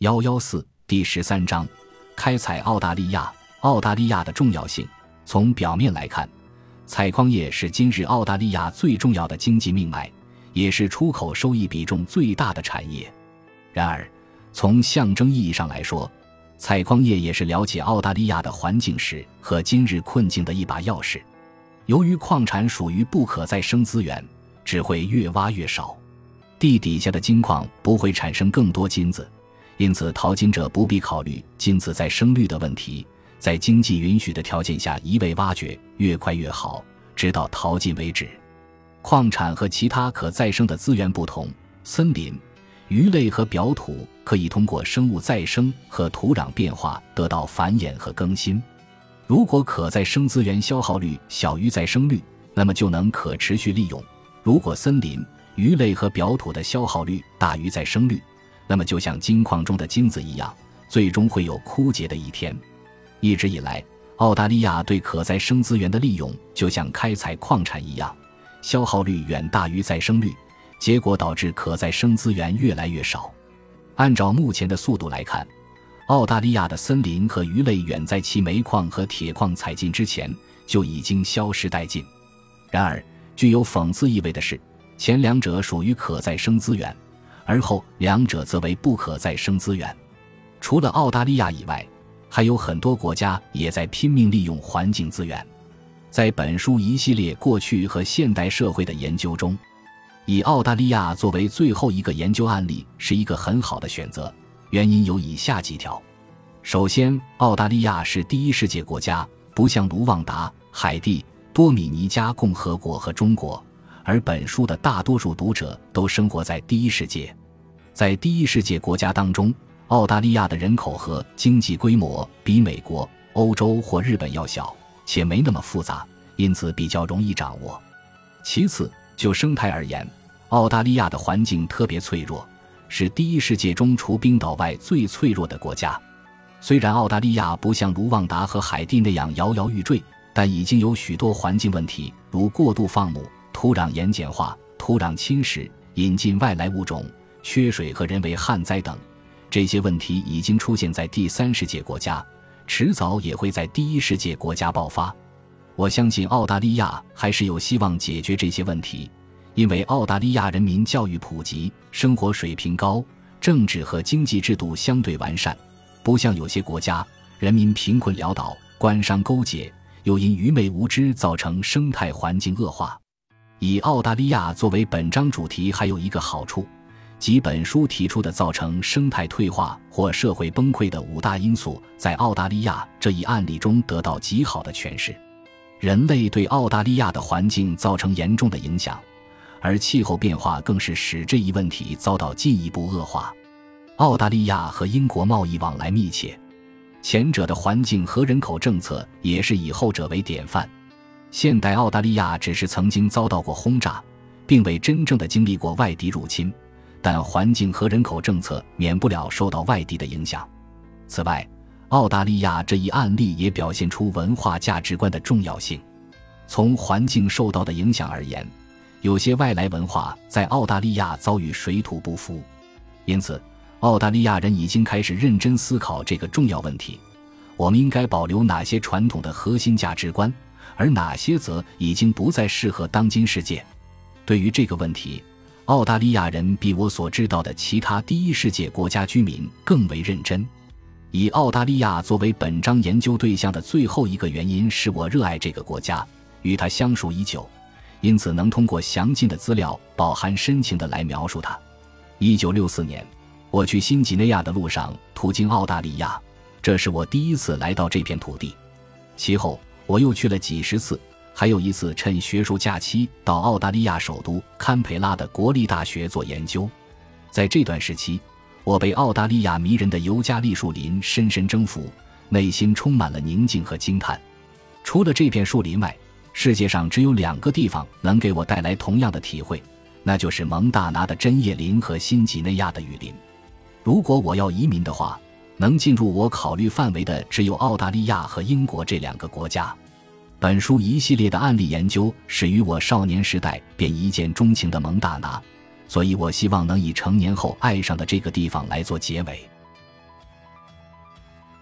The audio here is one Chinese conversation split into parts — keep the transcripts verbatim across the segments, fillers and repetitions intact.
一一四第十三章，开采澳大利亚。澳大利亚的重要性，从表面来看，采矿业是今日澳大利亚最重要的经济命脉，也是出口收益比重最大的产业。然而，从象征意义上来说，采矿业也是了解澳大利亚的环境史和今日困境的一把钥匙。由于矿产属于不可再生资源，只会越挖越少，地底下的金矿不会产生更多金子，因此淘金者不必考虑金子再生率的问题，在经济允许的条件下一味挖掘，越快越好，直到淘尽为止。矿产和其他可再生的资源不同，森林、鱼类和表土可以通过生物再生和土壤变化得到繁衍和更新。如果可再生资源消耗率小于再生率，那么就能可持续利用。如果森林、鱼类和表土的消耗率大于再生率，那么就像金矿中的金子一样，最终会有枯竭的一天。一直以来，澳大利亚对可再生资源的利用就像开采矿产一样，消耗率远大于再生率，结果导致可再生资源越来越少。按照目前的速度来看，澳大利亚的森林和鱼类远在其煤矿和铁矿采尽之前就已经消失殆尽。然而，具有讽刺意味的是，前两者属于可再生资源，而后两者则为不可再生资源。除了澳大利亚以外，还有很多国家也在拼命利用环境资源。在本书一系列过去和现代社会的研究中，以澳大利亚作为最后一个研究案例是一个很好的选择，原因有以下几条。首先，澳大利亚是第一世界国家，不像卢旺达、海地、多米尼加共和国和中国，而本书的大多数读者都生活在第一世界。在第一世界国家当中，澳大利亚的人口和经济规模比美国、欧洲或日本要小，且没那么复杂，因此比较容易掌握。其次，就生态而言，澳大利亚的环境特别脆弱，是第一世界中除冰岛外最脆弱的国家。虽然澳大利亚不像卢旺达和海地那样摇摇欲坠，但已经有许多环境问题，如过度放牧、土壤盐碱化、土壤侵蚀、引进外来物种、缺水和人为旱灾等。这些问题已经出现在第三世界国家，迟早也会在第一世界国家爆发。我相信澳大利亚还是有希望解决这些问题，因为澳大利亚人民教育普及，生活水平高，政治和经济制度相对完善，不像有些国家，人民贫困潦倒，官商勾结，又因愚昧无知造成生态环境恶化。以澳大利亚作为本章主题还有一个好处，即本书提出的造成生态退化或社会崩溃的五大因素，在澳大利亚这一案例中得到极好的诠释。人类对澳大利亚的环境造成严重的影响，而气候变化更是使这一问题遭到进一步恶化。澳大利亚和英国贸易往来密切，前者的环境和人口政策也是以后者为典范。现代澳大利亚只是曾经遭到过轰炸，并未真正的经历过外敌入侵，但环境和人口政策免不了受到外敌的影响。此外，澳大利亚这一案例也表现出文化价值观的重要性。从环境受到的影响而言，有些外来文化在澳大利亚遭遇水土不服，因此澳大利亚人已经开始认真思考这个重要问题：我们应该保留哪些传统的核心价值观，而哪些则已经不再适合当今世界。对于这个问题，澳大利亚人比我所知道的其他第一世界国家居民更为认真。以澳大利亚作为本章研究对象的最后一个原因是我热爱这个国家，与它相熟已久，因此能通过详尽的资料饱含深情地来描述它。一九六四年，我去新几内亚的路上途经澳大利亚，这是我第一次来到这片土地。其后我又去了几十次，还有一次趁学术假期到澳大利亚首都堪培拉的国立大学做研究。在这段时期，我被澳大利亚迷人的尤加利树林深深征服，内心充满了宁静和惊叹。除了这片树林外，世界上只有两个地方能给我带来同样的体会，那就是蒙大拿的针叶林和新几内亚的雨林。如果我要移民的话，能进入我考虑范围的只有澳大利亚和英国这两个国家。本书一系列的案例研究始于我少年时代便一见钟情的蒙大拿，所以我希望能以成年后爱上的这个地方来做结尾。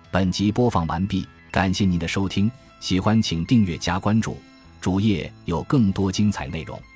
本集播放完毕，感谢您的收听，喜欢请订阅加关注，主页有更多精彩内容。